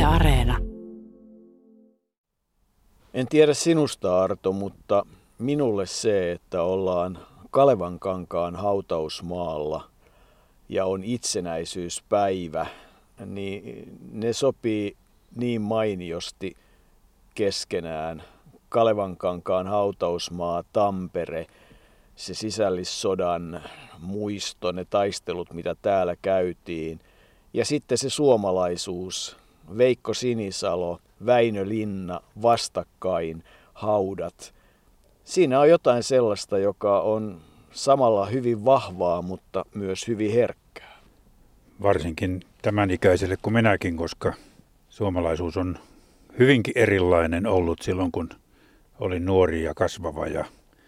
Areena. En tiedä sinusta, Arto, mutta minulle se, että ollaan Kalevankankaan hautausmaalla ja on itsenäisyyspäivä, niin ne sopii niin mainiosti keskenään. Kalevankankaan hautausmaa, Tampere, se sisällissodan muisto, ne taistelut, mitä täällä käytiin. Ja sitten se suomalaisuus, Veikko Sinisalo, Väinö Linna, vastakkain, haudat. Siinä on jotain sellaista, joka on samalla hyvin vahvaa, mutta myös hyvin herkkää. Varsinkin tämän ikäiselle kuin minäkin, koska suomalaisuus on hyvinkin erilainen ollut silloin, kun olin nuori ja kasvava ja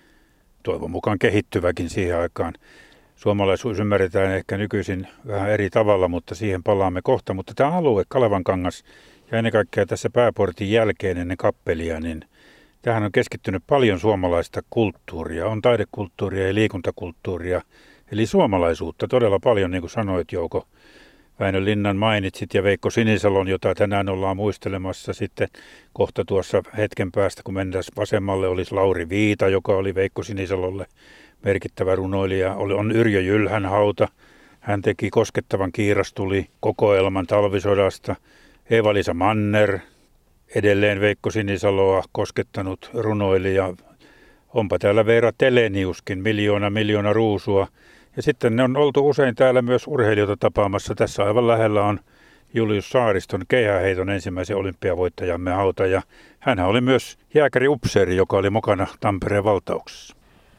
toivon mukaan kehittyväkin siihen aikaan. Suomalaisuus ymmärretään ehkä nykyisin vähän eri tavalla, mutta siihen palaamme kohta. Mutta tämä alue, Kalevankangas ja ennen kaikkea tässä pääportin jälkeen ennen kappelia, niin tähän on keskittynyt paljon suomalaista kulttuuria. On taidekulttuuria ja liikuntakulttuuria, eli suomalaisuutta todella paljon, niin kuin sanoit Jouko. Väinö Linnan mainitsit ja Veikko Sinisalon, jota tänään ollaan muistelemassa. Sitten kohta tuossa hetken päästä, kun mennään vasemmalle, olisi Lauri Viita, joka oli Veikko Sinisalolle merkittävä runoilija. On Yrjö Jylhän hauta. Hän teki koskettavan Kiirastuli kokoelman talvisodasta. Eeva-Liisa Manner, edelleen Veikko Sinisaloa koskettanut runoilija. Onpa täällä Veera Teleniuskin, Miljoona ruusua. Ja sitten ne on oltu usein täällä myös urheilijoita tapaamassa. Tässä aivan lähellä on Julius Saariston keihääheiton ensimmäisen olympiavoittajamme hauta. Ja hänhän oli myös jääkäri-upseeri, joka oli mukana Tampereen valtauksessa.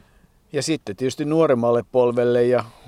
Ja sitten tietysti nuoremmalle polvelle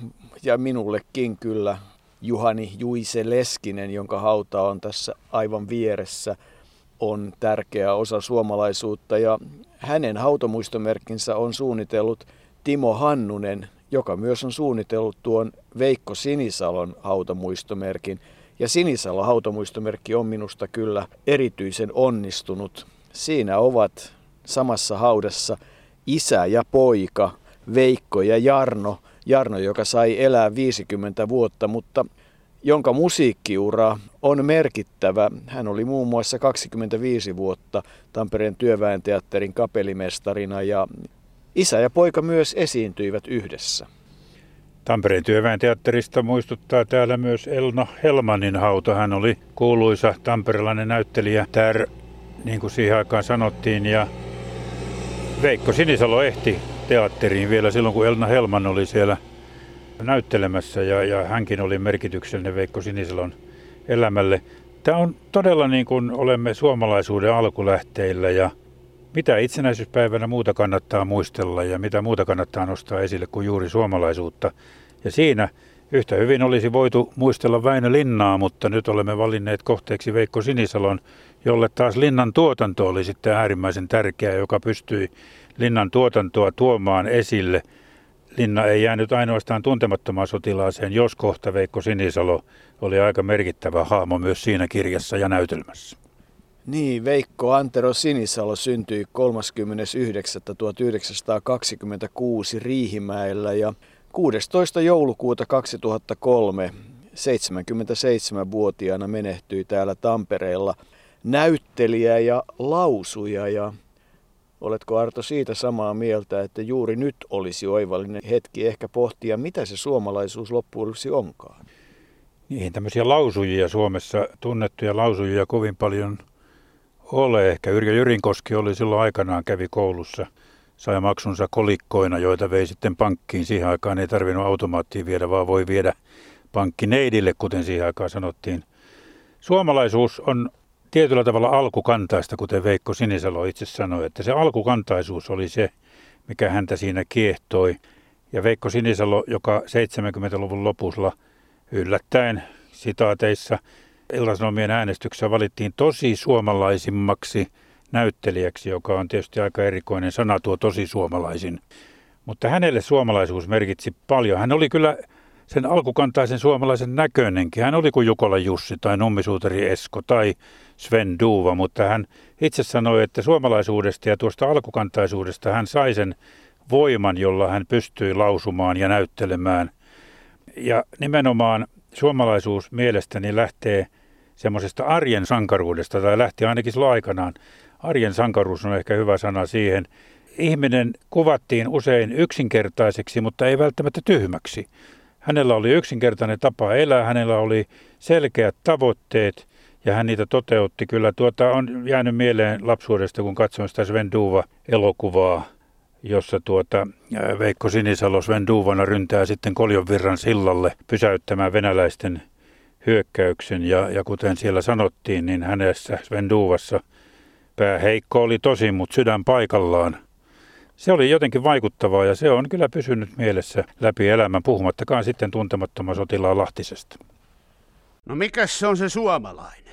ja minullekin kyllä Juhani Juise Leskinen, jonka hauta on tässä aivan vieressä, on tärkeä osa suomalaisuutta. Ja hänen hautamuistomerkkinsä on suunnitellut Timo Hannunen, joka myös on suunnitellut tuon Veikko Sinisalon hautamuistomerkin. Ja Sinisalon hautamuistomerkki on minusta kyllä erityisen onnistunut. Siinä ovat samassa haudassa isä ja poika, Veikko ja Jarno. Jarno, joka sai elää 50 vuotta, mutta jonka musiikkiura on merkittävä. Hän oli muun muassa 25 vuotta Tampereen Työväen Teatterin kapellimestarina ja isä ja poika myös esiintyivät yhdessä. Tampereen Työväen Teatterista muistuttaa täällä myös Elna Helmanin hauta. Hän oli kuuluisa tamperelainen näyttelijä tär, niin kuin siihen aikaan sanottiin. Ja Veikko Sinisalo ehti teatteriin vielä silloin, kun Elna Helman oli siellä näyttelemässä. Ja hänkin oli merkityksellinen Veikko Sinisalon elämälle. Tämä on todella niin kuin olemme suomalaisuuden alkulähteillä ja mitä itsenäisyyspäivänä muuta kannattaa muistella ja mitä muuta kannattaa nostaa esille kuin juuri suomalaisuutta. Ja siinä yhtä hyvin olisi voitu muistella Väinö Linnaa, mutta nyt olemme valinneet kohteeksi Veikko Sinisalon, jolle taas Linnan tuotanto oli sitten äärimmäisen tärkeä, joka pystyi Linnan tuotantoa tuomaan esille. Linna ei jäänyt ainoastaan tuntemattomaan sotilaaseen, jos kohta Veikko Sinisalo oli aika merkittävä hahmo myös siinä kirjassa ja näytelmässä. Niin, Veikko Antero Sinisalo syntyi 30.9.1926 Riihimäellä ja 16. joulukuuta 2003 77-vuotiaana menehtyi täällä Tampereella näyttelijä ja lausuja. Ja oletko, Arto, siitä samaa mieltä, että juuri nyt olisi oivallinen hetki ehkä pohtia, mitä se suomalaisuus loppujen lopuksi onkaan? Niin, tämmöisiä lausujia Suomessa, tunnettuja lausujia kovin paljon ole. Ehkä Yrjö Jyrinkoski oli silloin aikanaan, kävi koulussa, sai maksunsa kolikkoina, joita vei sitten pankkiin. Siihen aikaan ei tarvinnut automaattiin viedä, vaan voi viedä pankkineidille, kuten siihen aikaan sanottiin. Suomalaisuus on tietyllä tavalla alkukantaista, kuten Veikko Sinisalo itse sanoi, että se alkukantaisuus oli se, mikä häntä siinä kiehtoi. Ja Veikko Sinisalo, joka 70-luvun lopulla yllättäen sitaateissa Ilta-Sanomien äänestyksessä valittiin tosi suomalaisimmaksi näyttelijäksi, joka on tietysti aika erikoinen sana tuo tosi suomalaisin. Mutta hänelle suomalaisuus merkitsi paljon. Hän oli kyllä sen alkukantaisen suomalaisen näköinenkin. Hän oli kuin Jukola Jussi tai Nummisuutari Esko tai Sven Duva, mutta hän itse sanoi, että suomalaisuudesta ja tuosta alkukantaisuudesta hän sai sen voiman, jolla hän pystyi lausumaan ja näyttelemään. Ja nimenomaan suomalaisuus mielestäni lähtee semmoisesta arjen sankaruudesta, tai lähti ainakin silloin aikanaan. Arjen sankaruus on ehkä hyvä sana siihen. Ihminen kuvattiin usein yksinkertaiseksi, mutta ei välttämättä tyhmäksi. Hänellä oli yksinkertainen tapa elää, hänellä oli selkeät tavoitteet ja hän niitä toteutti. Kyllä on jäänyt mieleen lapsuudesta, kun katsoin sitä Sven Duva-elokuvaa, jossa Veikko Sinisalo Sven Duvana ryntää sitten Koljonvirran sillalle pysäyttämään venäläisten hyökkäyksen. Ja kuten siellä sanottiin, niin hänessä Sven Duvassa pää heikko oli tosi, mutta sydän paikallaan. Se oli jotenkin vaikuttavaa ja se on kyllä pysynyt mielessä läpi elämän, puhumattakaan sitten tuntemattoman sotilaan Lahtisesta. No mikäs se on se suomalainen?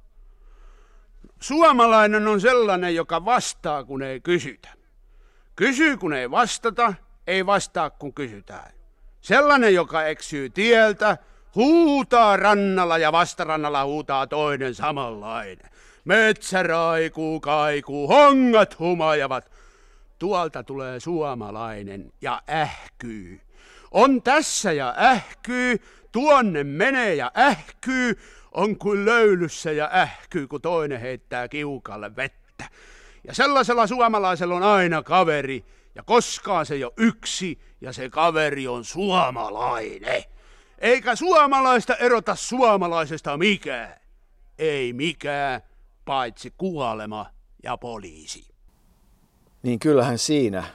Suomalainen on sellainen, joka vastaa kun ei kysytä. Kysyy kun ei vastata, ei vastaa kun kysytään. Sellainen, joka eksyy tieltä, huutaa rannalla ja vastarannalla huutaa toinen samanlainen. Metsä raikuu, kaikuu, hongat humajavat. Tuolta tulee suomalainen ja ähkyy. On tässä ja ähkyy, tuonne menee ja ähkyy, on kuin löylyssä ja ähkyy, kun toinen heittää kiukalle vettä. Ja sellaisella suomalaisella on aina kaveri, ja koskaan se ei ole yksi, ja se kaveri on suomalainen. Eikä suomalaista erota suomalaisesta mikään. Ei mikään, paitsi kuolema ja poliisi. Niin kyllähän siinä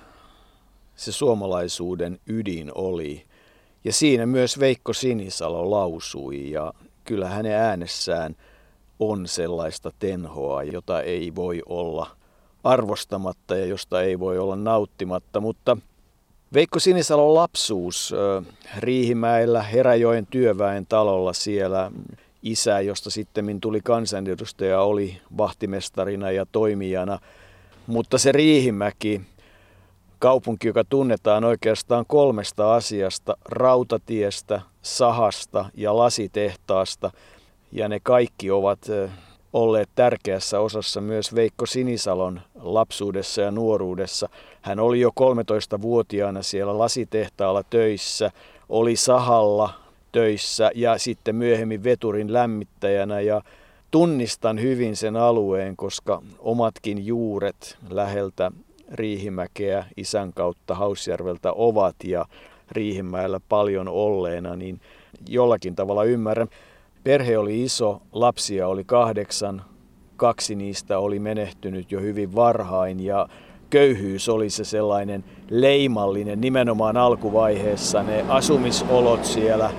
se suomalaisuuden ydin oli. Ja siinä myös Veikko Sinisalo lausui ja kyllä hänen äänessään on sellaista tenhoa, jota ei voi olla arvostamatta ja josta ei voi olla nauttimatta. Mutta Veikko Sinisalon lapsuus Riihimäellä Heräjoen työväen talolla siellä isä, josta sitten tuli kansanedustaja, oli vahtimestarina ja toimijana. Mutta se Riihimäki, kaupunki, joka tunnetaan oikeastaan 3 asiasta, rautatiestä, sahasta ja lasitehtaasta, ja ne kaikki ovat olleet tärkeässä osassa myös Veikko Sinisalon lapsuudessa ja nuoruudessa. Hän oli jo 13-vuotiaana siellä lasitehtaalla töissä, oli sahalla töissä ja sitten myöhemmin veturin lämmittäjänä ja tunnistan hyvin sen alueen, koska omatkin juuret läheltä Riihimäkeä isän kautta Hausjärveltä ovat ja Riihimäellä paljon olleena, niin jollakin tavalla ymmärrän. Perhe oli iso, lapsia oli 8, 2 niistä oli menehtynyt jo hyvin varhain ja köyhyys oli se sellainen leimallinen nimenomaan alkuvaiheessa. Ne asumisolot siellä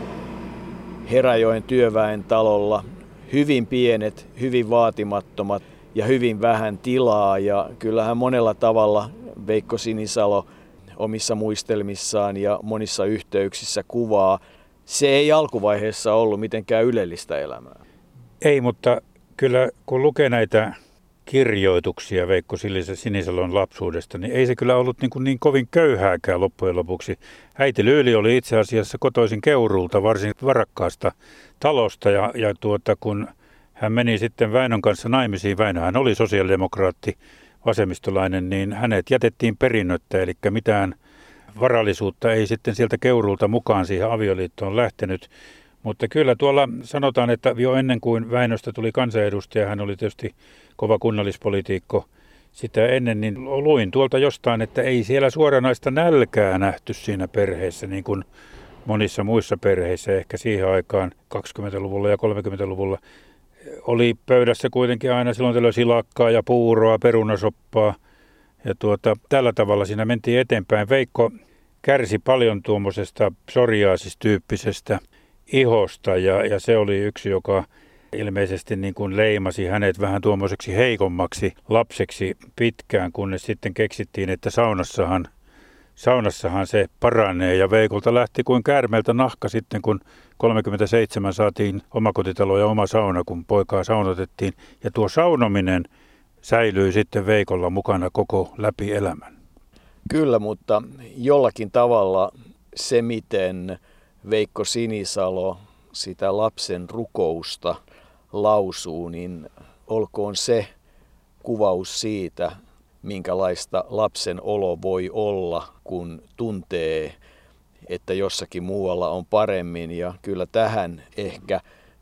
Heräjoen työväen talolla, hyvin pienet, hyvin vaatimattomat ja hyvin vähän tilaa ja kyllähän monella tavalla Veikko Sinisalo omissa muistelmissaan ja monissa yhteyksissä kuvaa. Se ei alkuvaiheessa ollut mitenkään ylellistä elämää. Ei, mutta kyllä kun lukee näitä kirjoituksia Veikko Sinisalon lapsuudesta, niin ei se kyllä ollut niin kovin köyhääkään loppujen lopuksi. Äiti Lyyli oli itse asiassa kotoisin Keuruulta, varsin varakkaasta talosta ja kun hän meni sitten Väinön kanssa naimisiin, Väinöhän oli sosiaalidemokraatti, vasemmistolainen, niin hänet jätettiin perinnöttä, eli mitään varallisuutta ei sitten sieltä Keuruulta mukaan siihen avioliittoon lähtenyt. Mutta kyllä tuolla sanotaan, että jo ennen kuin Väinöstä tuli kansanedustaja, hän oli tietysti kova kunnallispoliitikko sitä ennen, niin luin tuolta jostain, että ei siellä suoranaista nälkää nähty siinä perheessä, niin kuin monissa muissa perheissä, ehkä siihen aikaan 20-luvulla ja 30-luvulla. Oli pöydässä kuitenkin aina silloin tällöin silakkaa ja puuroa, perunasoppaa ja tällä tavalla siinä mentiin eteenpäin. Veikko kärsi paljon tuommoisesta psoriaasistyyppisestä ihosta ja se oli yksi, joka ilmeisesti niin kuin leimasi hänet vähän tuommoiseksi heikommaksi lapseksi pitkään, kunnes sitten keksittiin, että saunassahan se paranee ja Veikolta lähti kuin käärmeeltä nahka sitten, kun 37 saatiin omakotitalo ja oma sauna, kun poikaa saunotettiin. Ja tuo saunominen säilyi sitten Veikolla mukana koko läpi elämän. Kyllä, mutta jollakin tavalla se, miten Veikko Sinisalo sitä lapsen rukousta lausuu, niin olkoon se kuvaus siitä, minkälaista lapsen olo voi olla, kun tuntee, että jossakin muualla on paremmin. Ja kyllä tähän ehkä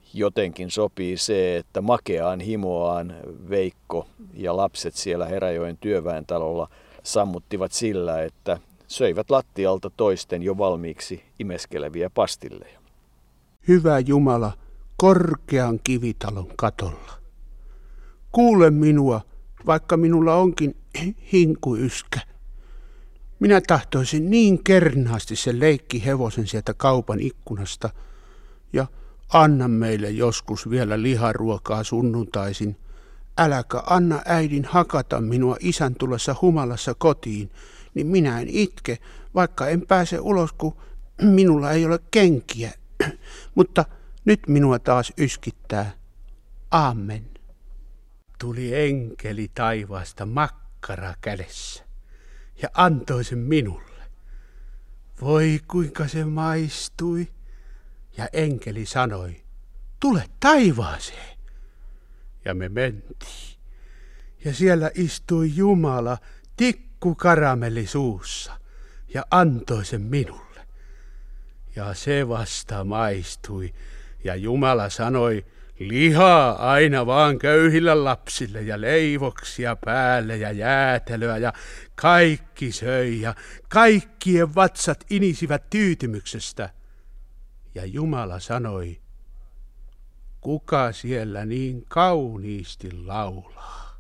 jotenkin sopii se, että makeaan himoaan Veikko ja lapset siellä Heräjoen työväentalolla sammuttivat sillä, että söivät lattialta toisten jo valmiiksi imeskeleviä pastilleja. Hyvä Jumala, korkean kivitalon katolla. Kuule minua, vaikka minulla onkin hinkuyskä. Minä tahtoisin niin kernaasti sen leikkihevosen sieltä kaupan ikkunasta ja anna meille joskus vielä liharuokaa sunnuntaisin. Äläkä anna äidin hakata minua isän tullessa humalassa kotiin, niin minä en itke, vaikka en pääse ulos, kun minulla ei ole kenkiä. Mutta nyt minua taas yskittää. Amen. Tuli enkeli taivaasta makkara kädessä ja antoi sen minulle. Voi kuinka se maistui. Ja enkeli sanoi, tule taivaaseen. Ja me mentiin. Ja siellä istui Jumala tikku karamelli suussa ja antoi sen minulle. Ja se vasta maistui. Ja Jumala sanoi, lihaa aina vaan köyhillä lapsille ja leivoksia päälle ja jäätelöä ja kaikki söi ja kaikkien vatsat inisivät tyytymyksestä. Ja Jumala sanoi, kuka siellä niin kauniisti laulaa?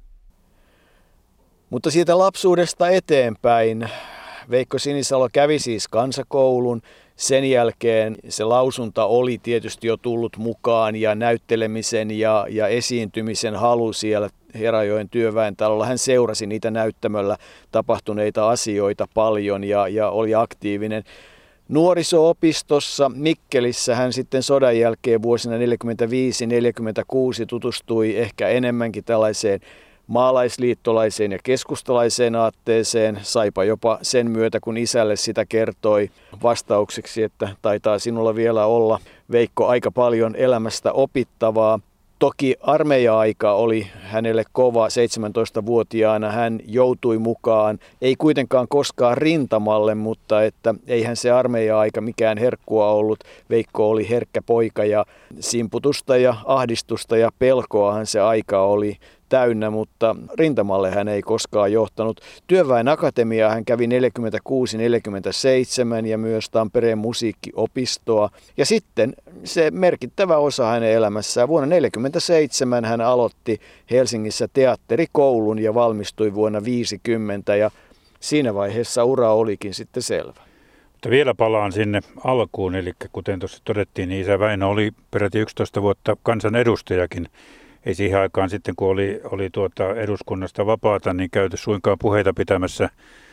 Mutta siitä lapsuudesta eteenpäin Veikko Sinisalo kävi siis kansakoulun. Sen jälkeen se lausunta oli tietysti jo tullut mukaan ja näyttelemisen ja esiintymisen halu siellä Heräjoen työväentalolla. Hän seurasi niitä näyttämöllä tapahtuneita asioita paljon ja oli aktiivinen. Nuoriso-opistossa Mikkelissä hän sitten sodan jälkeen vuosina 1945-1946 tutustui ehkä enemmänkin tällaiseen maalaisliittolaiseen ja keskustalaiseen aatteeseen. Saipa jopa sen myötä, kun isälle sitä kertoi vastaukseksi, että taitaa sinulla vielä olla, Veikko, aika paljon elämästä opittavaa. Toki armeija-aika oli hänelle kova. 17-vuotiaana hän joutui mukaan, ei kuitenkaan koskaan rintamalle, mutta että eihän se armeija-aika mikään herkkua ollut. Veikko oli herkkä poika ja simputusta ja ahdistusta ja pelkoahan se aika oli täynnä, mutta rintamalle hän ei koskaan johtanut. Työväen akatemiaa hän kävi 46-47 ja myös Tampereen musiikkiopistoa. Ja sitten se merkittävä osa hänen elämässään. Vuonna 1947 hän aloitti Helsingissä teatterikoulun ja valmistui vuonna 1950 ja siinä vaiheessa ura olikin sitten selvä. Mutta vielä palaan sinne alkuun, eli kuten tuossa todettiin, niin isä Väinö oli peräti 11 vuotta kansanedustajakin. Ei siihen aikaan sitten, kun oli eduskunnasta vapaata, niin käyty suinkaan puheita pitämässä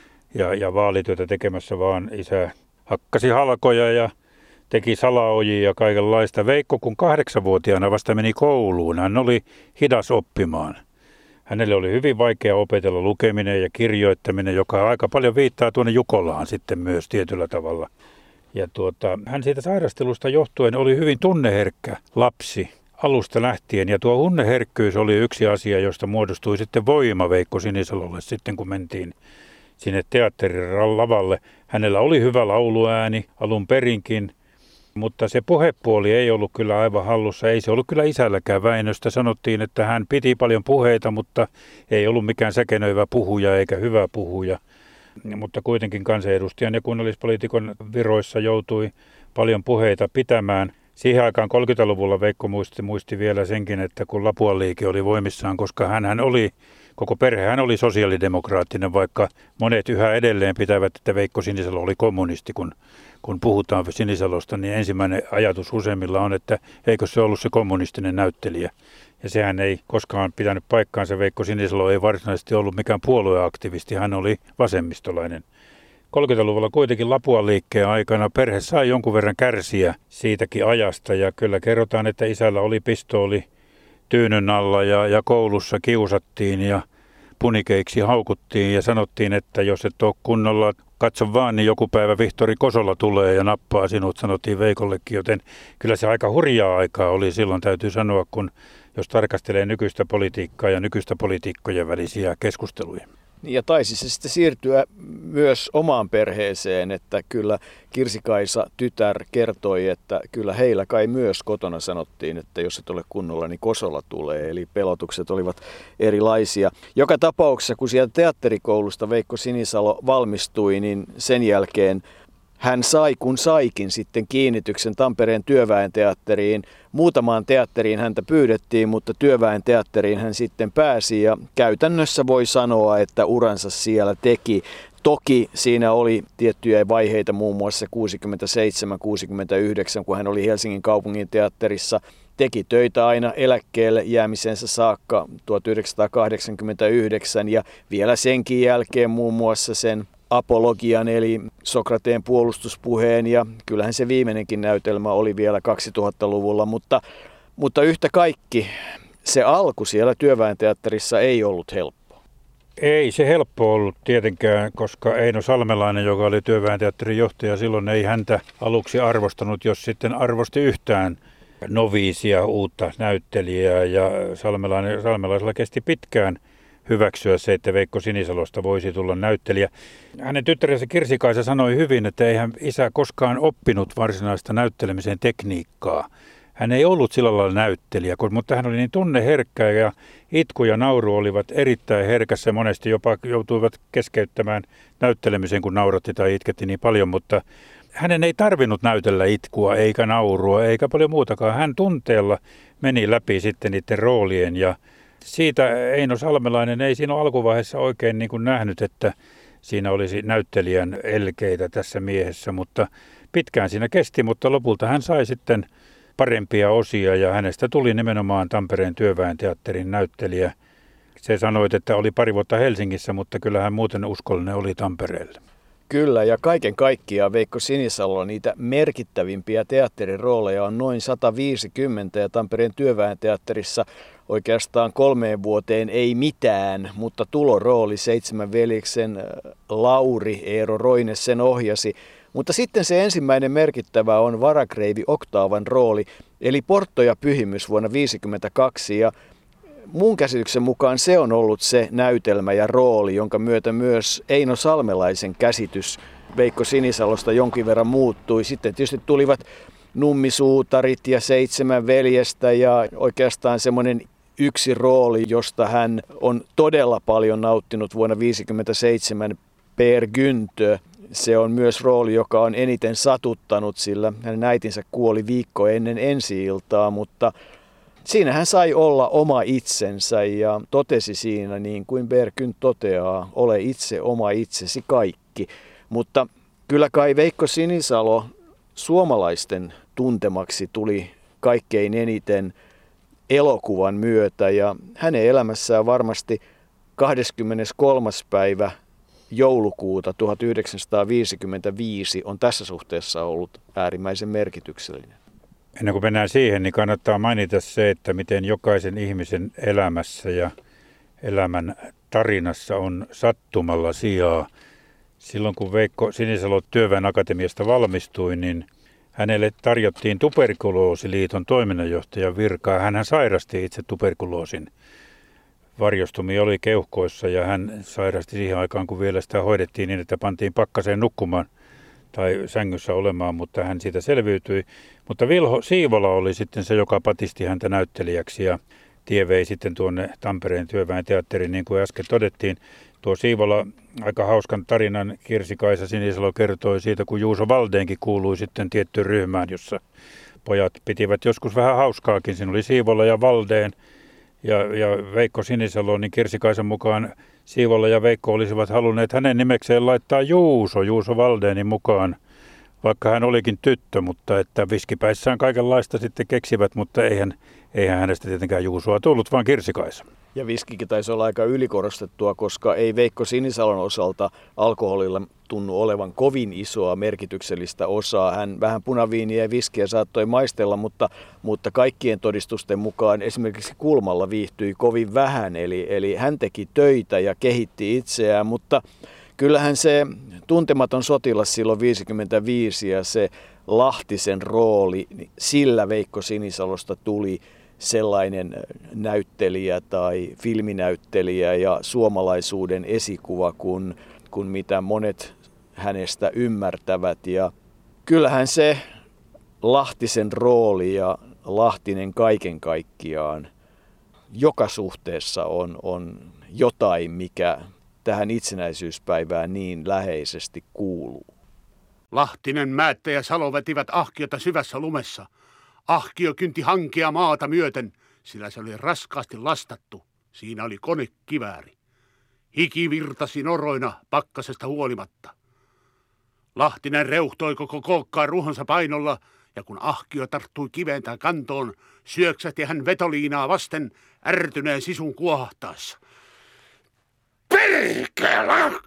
ja vaalityötä tekemässä, vaan isä hakkasi halkoja ja teki salaojia ja kaikenlaista. Veikko, kun 8-vuotiaana vasta meni kouluun, hän oli hidas oppimaan. Hänelle oli hyvin vaikea opetella lukeminen ja kirjoittaminen, joka aika paljon viittaa tuonne Jukolaan sitten myös tietyllä tavalla. Ja hän siitä sairastelusta johtuen oli hyvin tunneherkkä lapsi alusta lähtien. Ja tuo hunneherkkyys oli yksi asia, josta muodostui sitten voima Veikko Sinisalolle sitten, kun mentiin sinne teatterin lavalle. Hänellä oli hyvä lauluääni alun perinkin, mutta se puhepuoli ei ollut kyllä aivan hallussa. Ei se ollut kyllä isälläkään. Väinöstä sanottiin, että hän piti paljon puheita, mutta ei ollut mikään säkenöivä puhuja eikä hyvä puhuja. Mutta kuitenkin kansanedustajan ja kunnallispoliitikon viroissa joutui paljon puheita pitämään. Siihen aikaan 30-luvulla Veikko muisti vielä senkin, että kun Lapuan liike oli voimissaan, koska koko perhehän oli sosiaalidemokraattinen, vaikka monet yhä edelleen pitävät, että Veikko Sinisalo oli kommunisti. Kun puhutaan Sinisalosta, niin ensimmäinen ajatus useimmilla on, että eikö se ollut se kommunistinen näyttelijä. Ja sehän ei koskaan pitänyt paikkaansa. Veikko Sinisalo ei varsinaisesti ollut mikään puolueaktivisti, hän oli vasemmistolainen. 30-luvulla kuitenkin Lapuan liikkeen aikana perhe sai jonkun verran kärsiä siitäkin ajasta ja kyllä kerrotaan, että isällä oli pistooli tyynyn alla ja koulussa kiusattiin ja punikeiksi haukuttiin ja sanottiin, että jos et ole kunnolla, katso vaan, niin joku päivä Vihtori Kosola tulee ja nappaa sinut, sanottiin Veikollekin, joten kyllä se aika hurjaa aikaa oli silloin, täytyy sanoa, jos tarkastelee nykyistä politiikkaa ja nykyistä poliitikkojen välisiä keskusteluja. Ja taisi se sitten siirtyä myös omaan perheeseen, että kyllä Kirsi-Kaisa tytär kertoi, että kyllä heillä kai myös kotona sanottiin, että jos et ole kunnolla, niin kosolla tulee. Eli pelotukset olivat erilaisia. Joka tapauksessa, kun sieltä teatterikoulusta Veikko Sinisalo valmistui, niin sen jälkeen hän sai kun saikin sitten kiinnityksen Tampereen Työväen Teatteriin. Muutamaan teatteriin häntä pyydettiin, mutta Työväen Teatteriin hän sitten pääsi ja käytännössä voi sanoa, että uransa siellä teki. Toki siinä oli tiettyjä vaiheita, muun muassa 67-69, kun hän oli Helsingin kaupungin teatterissa. Teki töitä aina eläkkeelle jäämisensä saakka 1989 ja vielä senkin jälkeen muun muassa sen apologian eli Sokrateen puolustuspuheen ja kyllähän se viimeinenkin näytelmä oli vielä 2000-luvulla, mutta yhtä kaikki se alku siellä Työväen Teatterissa ei ollut helppo. Ei se helppo ollut tietenkään, koska Eino Salmelainen, joka oli Työväen Teatterin johtaja, silloin ei häntä aluksi arvostanut, jos sitten arvosti yhtään noviisia uutta näyttelijää ja Salmelaisella kesti pitkään hyväksyä se, että Veikko Sinisalosta voisi tulla näyttelijä. Hänen tyttärensä Kirsi-Kaisa sanoi hyvin, että ei hän isä koskaan oppinut varsinaista näyttelemisen tekniikkaa. Hän ei ollut sillä lailla näyttelijä, mutta hän oli niin tunneherkkä ja itku ja nauru olivat erittäin herkässä. Monesti jopa joutuivat keskeyttämään näyttelemisen, kun nauratti tai itketti niin paljon, mutta hänen ei tarvinnut näytellä itkua eikä naurua eikä paljon muutakaan. Hän tunteella meni läpi sitten niiden roolien ja siitä Eino Salmelainen ei siinä alkuvaiheessa oikein niin kuin nähnyt, että siinä olisi näyttelijän elkeitä tässä miehessä, mutta pitkään siinä kesti, mutta lopulta hän sai sitten parempia osia ja hänestä tuli nimenomaan Tampereen Työväen Teatterin näyttelijä. Se sanoit, että oli pari vuotta Helsingissä, mutta kyllähän muuten uskollinen oli Tampereelle. Kyllä, ja kaiken kaikkiaan Veikko Sinisalo niitä merkittävimpiä teatterirooleja on noin 150 ja Tampereen Työväen Teatterissa oikeastaan 3 vuoteen ei mitään, mutta tulorooli 7 veljeksen Lauri Eero Roine sen ohjasi. Mutta sitten se ensimmäinen merkittävä on varakreivi Oktaavan rooli, eli Portto ja pyhimys vuonna 1952 ja mun käsityksen mukaan se on ollut se näytelmä ja rooli, jonka myötä myös Eino Salmelaisen käsitys Veikko Sinisalosta jonkin verran muuttui. Sitten tietysti tulivat Nummisuutarit ja 7 veljestä ja oikeastaan semmoinen yksi rooli, josta hän on todella paljon nauttinut vuonna 1957, Per Günther. Se on myös rooli, joka on eniten satuttanut, sillä hänen äitinsä kuoli viikko ennen ensi-iltaa, mutta siinä hän sai olla oma itsensä ja totesi siinä, niin kuin Per Günther toteaa, ole itse oma itsesi kaikki. Mutta kyllä kai Veikko Sinisalo suomalaisten tuntemaksi tuli kaikkein eniten elokuvan myötä ja hänen elämässään varmasti 23. päivä joulukuuta 1955 on tässä suhteessa ollut äärimmäisen merkityksellinen. Ennen kuin mennään siihen, niin kannattaa mainita se, että miten jokaisen ihmisen elämässä ja elämän tarinassa on sattumalla sijaa. Silloin kun Veikko Sinisalo Työväen Akatemiasta valmistui, niin hänelle tarjottiin Tuberkuloosiliiton toiminnanjohtajan virkaa. Hänhän sairasti itse tuberkuloosin. Varjostumia oli keuhkoissa ja hän sairasti siihen aikaan, kun vielä sitä hoidettiin niin, että pantiin pakkaseen nukkumaan tai sängyssä olemaan, mutta hän siitä selviytyi. Mutta Vilho Siivola oli sitten se, joka patisti häntä näyttelijäksi ja tie vei sitten tuonne Tampereen Työväen Teatteriin, niin kuin äsken todettiin. Tuo Siivola aika hauskan tarinan Kirsi-Kaisa Sinisalo kertoi siitä, kun Juuso Valdeenkin kuului sitten tiettyyn ryhmään, jossa pojat pitivät joskus vähän hauskaakin. Siinä oli Siivola ja Valdeen ja Veikko Sinisalo, niin Kirsi-Kaisan mukaan Siivola ja Veikko olisivat halunneet hänen nimekseen laittaa Juuso Valdeenin mukaan, vaikka hän olikin tyttö, mutta että viskipäissään kaikenlaista sitten keksivät, mutta eihän hänestä tietenkään Juusoa tullut, vaan Kirsi-Kaisa. Ja viskikin taisi olla aika ylikorostettua, koska ei Veikko Sinisalon osalta alkoholilla tunnu olevan kovin isoa merkityksellistä osaa. Hän vähän punaviiniä ja viskiä saattoi maistella, mutta kaikkien todistusten mukaan esimerkiksi Kulmalla viihtyi kovin vähän. Eli hän teki töitä ja kehitti itseään, mutta kyllähän se Tuntematon sotilas silloin 1955 ja se Lahtisen rooli, sillä Veikko Sinisalosta tuli sellainen näyttelijä tai filminäyttelijä ja suomalaisuuden esikuva kuin mitä monet hänestä ymmärtävät. Ja kyllähän se Lahtisen rooli ja Lahtinen kaiken kaikkiaan joka suhteessa on jotain, mikä tähän itsenäisyyspäivään niin läheisesti kuuluu. Lahtinen, Määttä ja Salo vetivät ahkiota syvässä lumessa. Ahkio kynti hankea maata myöten, sillä se oli raskaasti lastattu. Siinä oli konekivääri. Hiki virtasi noroina pakkasesta huolimatta. Lahtinen reuhtoi koko kookkaan ruhonsa painolla, ja kun ahkio tarttui kiventään kantoon, syöksähti hän vetoliinaa vasten ärtyneen sisun kuohahtaessa. Perkele!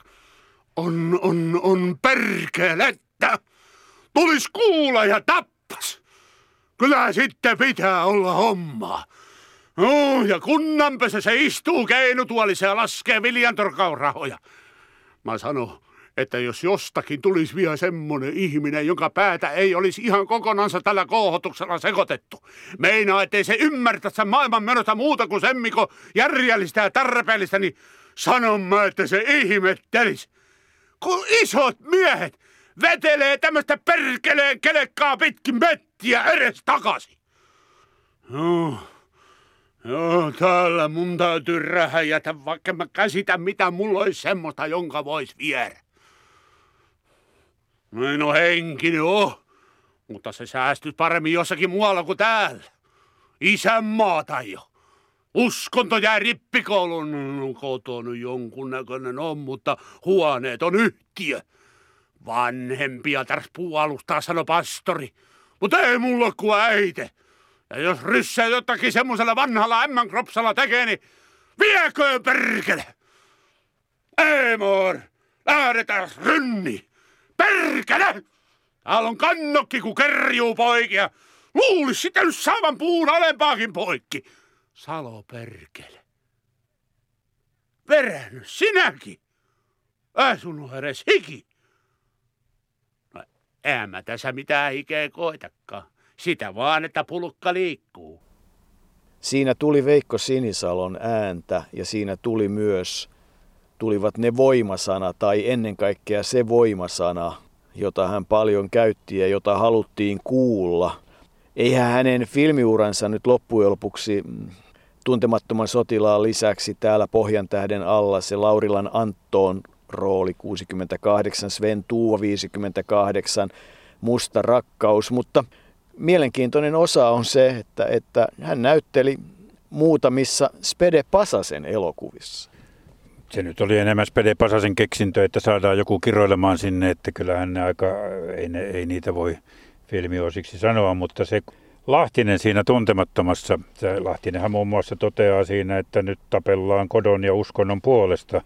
On perkelettä! Tulis kuulla ja tappas! Kyllä sitten pitää olla hommaa. No, ja kunnanpesä se istuu keinutuolissa ja laskee viljantorkaurahoja. Mä sanon, että jos jostakin tulisi vielä semmonen ihminen, jonka päätä ei olisi ihan kokonansa tällä kouhotuksella sekoitettu. Meinaa, ettei se ymmärtä sen maailman menosta muuta kuin semmiko järjellistä ja tarpeellista, niin sanon mä, että se ihmettelis. Kun isot miehet vetelee tämmöstä perkeleen kelekkaa pitkin mettiä edes takaisin. Joo, täällä mun täytyy rähäjätä, vaikka mä käsitän mitä mulla olisi semmoista, jonka vois viedä. No henkinen oo, mutta se säästyy paremmin jossakin muualla kuin täällä. Isänmaata jo. Uskonto jää rippikoulun, kotona jonkunnäköinen on, mutta huoneet on yhtiö. Vanhempia tärs puolustaa, sano pastori, mutta ei mulla kuin äite. Ja jos ryssää jotakin semmosella vanhalla ämmän-kropsalla tekee, niin vieköön perkele! Ei mor, lähdetään rynni! Perkele! Täällä on kannokki, kun kerjuu poikia. Luulis sitä nyt saavan puun alempaakin poikki. Salo perkele. Perännyt sinäkin. Sun on edes hiki. No, eihän mä tässä mitään hikeä koitakaan. Sitä vaan, että pulkka liikkuu. Siinä tuli Veikko Sinisalon ääntä ja siinä tulivat ne voimasana tai ennen kaikkea se voimasana, jota hän paljon käytti ja jota haluttiin kuulla. Eihän hänen filmiuransa nyt loppujen lopuksi Tuntemattoman sotilaan lisäksi täällä Pohjantähden alla se Laurilan Anttoon rooli 68, Sven Tuuva 58, Musta rakkaus, mutta mielenkiintoinen osa on se, että hän näytteli muutamissa Spede Pasasen elokuvissa. Se nyt oli enemmän Spede Pasasen keksintö, että saadaan joku kiroilemaan sinne, että kyllähän ne aika, ei niitä voi filmiosiksi sanoa, mutta se Lahtinen siinä Tuntemattomassa, Lahtinenhan muun muassa toteaa siinä, että nyt tapellaan kodon ja uskonnon puolesta.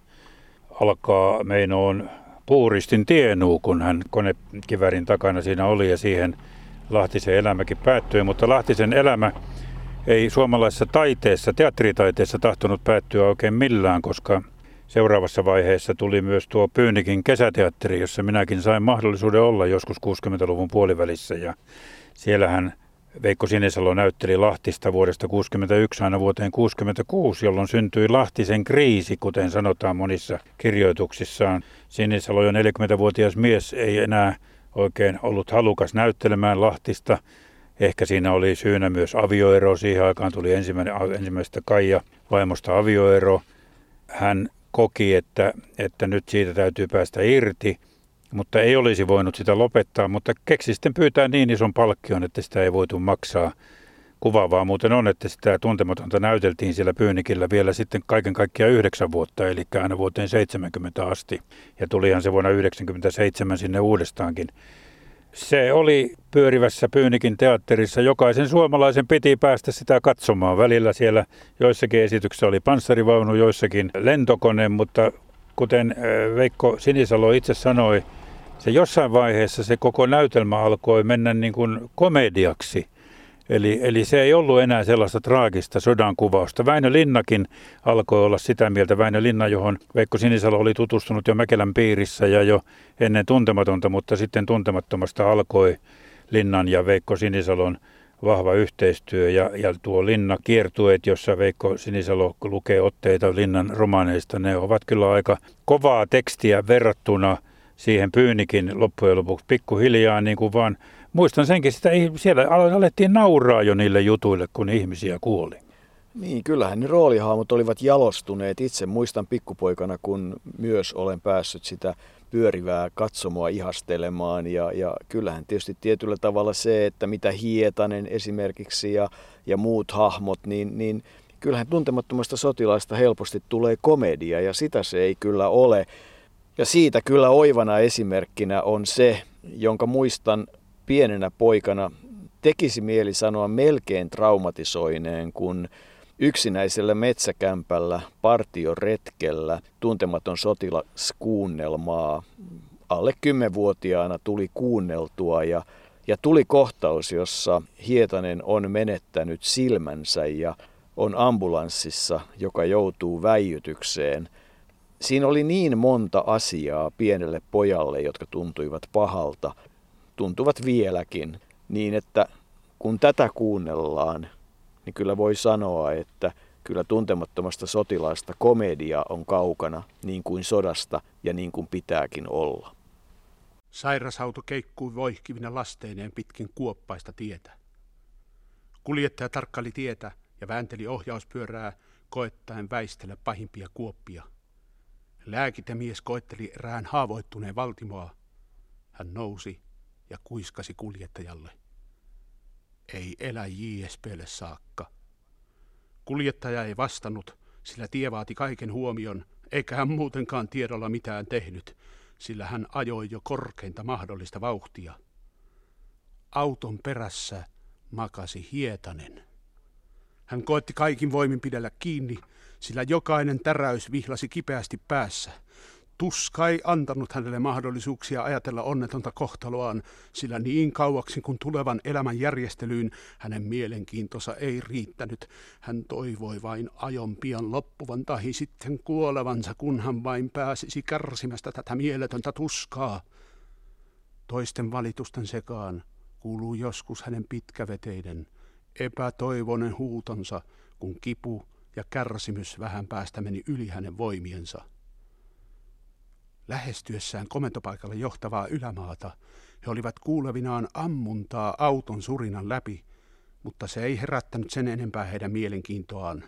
Alkaa meinoon puuristin tienuu, kun hän konekivärin takana siinä oli ja siihen Lahtisen elämäkin päättyi, mutta Lahtisen elämä ei suomalaisessa taiteessa, teatteritaiteessa tahtonut päättyä oikein millään, koska seuraavassa vaiheessa tuli myös tuo Pyynikin kesäteatteri, jossa minäkin sain mahdollisuuden olla joskus 60-luvun puolivälissä ja siellähän Veikko Sinisalo näytteli Lahtista vuodesta 1961 aina vuoteen 1966, jolloin syntyi Lahtisen kriisi, kuten sanotaan monissa kirjoituksissaan. Sinisalo jo 40-vuotias mies ei enää oikein ollut halukas näyttelemään Lahtista. Ehkä siinä oli syynä myös avioero. Siihen aikaan tuli ensimmäistä Kaija vaimosta avioero. Hän koki, että nyt siitä täytyy päästä irti, mutta ei olisi voinut sitä lopettaa, mutta keksi sitten pyytää niin ison palkkion, että sitä ei voitu maksaa. Kuvaavaa muuten on, että sitä Tuntematonta näyteltiin siellä Pyynikillä vielä sitten kaiken kaikkiaan 9 vuotta, eli aina vuoteen 70 asti. Ja tulihan se vuonna 1997 sinne uudestaankin. Se oli pyörivässä Pyynikin teatterissa. Jokaisen suomalaisen piti päästä sitä katsomaan. Välillä siellä joissakin esityksissä oli panssarivaunu, joissakin lentokone, mutta kuten Veikko Sinisalo itse sanoi, se jossain vaiheessa se koko näytelmä alkoi mennä niin kuin komediaksi. Eli se ei ollut enää sellaista traagista sodankuvausta. Väinö Linnakin alkoi olla sitä mieltä. Väinö Linna, johon Veikko Sinisalo oli tutustunut jo Mäkelän piirissä ja jo ennen Tuntematonta, mutta sitten Tuntemattomasta alkoi Linnan ja Veikko Sinisalon vahva yhteistyö ja tuo Linna-kiertueet, jossa Veikko Sinisalo lukee otteita Linnan romaaneista, ne ovat kyllä aika kovaa tekstiä verrattuna siihen Pyynikin loppujen lopuksi pikkuhiljaa, niin kuin vaan muistan senkin, sitä siellä alettiin nauraa jo niille jutuille, kun ihmisiä kuoli. Niin, kyllähän ne roolihahmot olivat jalostuneet. Itse muistan pikkupoikana, kun myös olen päässyt sitä pyörivää katsomoa ihastelemaan. Ja kyllähän tietysti tietyllä tavalla se, että mitä Hietanen esimerkiksi ja muut hahmot, niin kyllähän Tuntemattomasta sotilaasta helposti tulee komedia ja sitä se ei kyllä ole. Ja siitä kyllä oivana esimerkkinä on se, jonka muistan pienenä poikana, tekisi mieli sanoa melkein traumatisoineen, kun yksinäisellä metsäkämpällä partioretkellä Tuntematon sotilas kuunnelmaa alle 10-vuotiaana tuli kuunneltua ja tuli kohtaus, jossa Hietanen on menettänyt silmänsä ja on ambulanssissa, joka joutuu väijytykseen. Siinä oli niin monta asiaa pienelle pojalle, jotka tuntuivat pahalta, tuntuvat vieläkin, niin että kun tätä kuunnellaan, niin kyllä voi sanoa, että kyllä Tuntemattomasta sotilaasta komedia on kaukana niin kuin sodasta ja niin kuin pitääkin olla. Sairasauto keikkui voihkivina lasteineen pitkin kuoppaista tietä. Kuljettaja tarkkaili tietä ja väänteli ohjauspyörää koettaen väistellä pahimpia kuoppia. Lääkintämies koetteli erään haavoittuneen Valtimoa. Hän nousi ja kuiskasi kuljettajalle. Ei elä JSP:lle saakka. Kuljettaja ei vastannut, sillä tie vaati kaiken huomion, eikä hän muutenkaan tiedolla mitään tehnyt, sillä hän ajoi jo korkeinta mahdollista vauhtia. Auton perässä makasi Hietanen. Hän koetti kaikin voimin pidellä kiinni, sillä jokainen täräys vihlasi kipeästi päässä. Tuska ei antanut hänelle mahdollisuuksia ajatella onnetonta kohtaloaan, sillä niin kauaksi kuin tulevan elämän järjestelyyn hänen mielenkiintonsa ei riittänyt. Hän toivoi vain ajon pian loppuvan tahi sitten kuolevansa, kun hän vain pääsisi kärsimästä tätä mieletöntä tuskaa. Toisten valitusten sekaan kuuluu joskus hänen pitkäveteinen, epätoivoinen huutonsa, kun kipu ja kärsimys vähän päästä meni yli hänen voimiensa. Lähestyessään komentopaikalle johtavaa ylämaata, he olivat kuulevinaan ammuntaa auton surinan läpi, mutta se ei herättänyt sen enempää heidän mielenkiintoaan.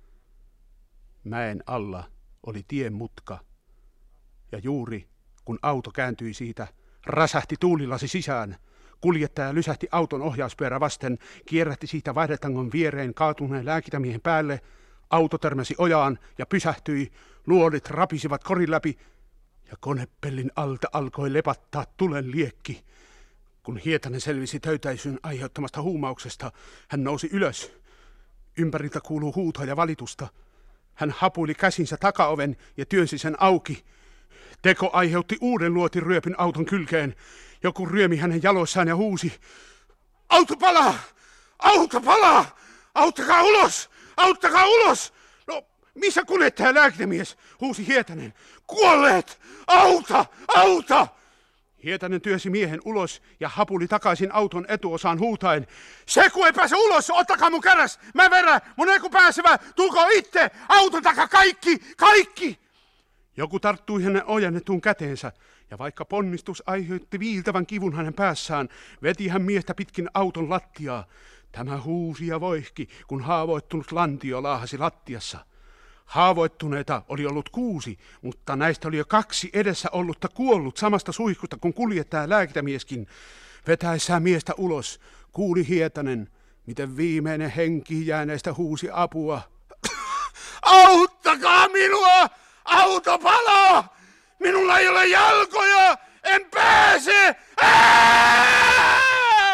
Mäen alla oli tien mutka, ja juuri kun auto kääntyi siitä, räsähti tuulilasi sisään. Kuljettaja lysähti auton ohjauspyörä vasten, kierrähti siitä vaihdetangon viereen kaatuneen lääkintämiehen päälle. Auto törmäsi ojaan ja pysähtyi, luodit rapisivat korin läpi, ja konepellin alta alkoi lepattaa tulen liekki. Kun Hietanen selvisi töytäisyn aiheuttamasta huumauksesta, hän nousi ylös. Ympäriltä kuuluu huutoa ja valitusta. Hän hapuili käsinsä takaoven ja työnsi sen auki. Teko aiheutti uuden luotiryöpyn auton kylkeen. Joku ryömi hänen jaloissaan ja huusi: "Auto palaa! Auto palaa! Auttakaa ulos! Auttakaa ulos!" "No, missä kuljettaja lääkintämies?" huusi Hietanen. "Kuolleet! Auta! Auta!" Hietanen työsi miehen ulos ja hapuli takaisin auton etuosaan huutaen: "Se kun ei pääse ulos, ottakaa mun käräs! Mä verän! Mun ei kun pääsevä! Tulko itse! Auton takaa kaikki! Kaikki!" Joku tarttui hänen ojennettuun käteensä, ja vaikka ponnistus aiheutti viiltävän kivun hänen päässään, veti hän miestä pitkin auton lattiaa. Tämä huusi ja voihki, kun haavoittunut lantio laahasi lattiassa. Haavoittuneita oli ollut 6, mutta näistä oli jo 2 edessä ollutta kuollut samasta suihkusta kuin kuljettaja lääkintämieskin. Vetäessään miestä ulos kuuli Hietanen, miten viimeinen henki jääneistä huusi apua. "Auttakaa minua! Auto palaa! Minulla ei ole jalkoja! En pääse! Ää!"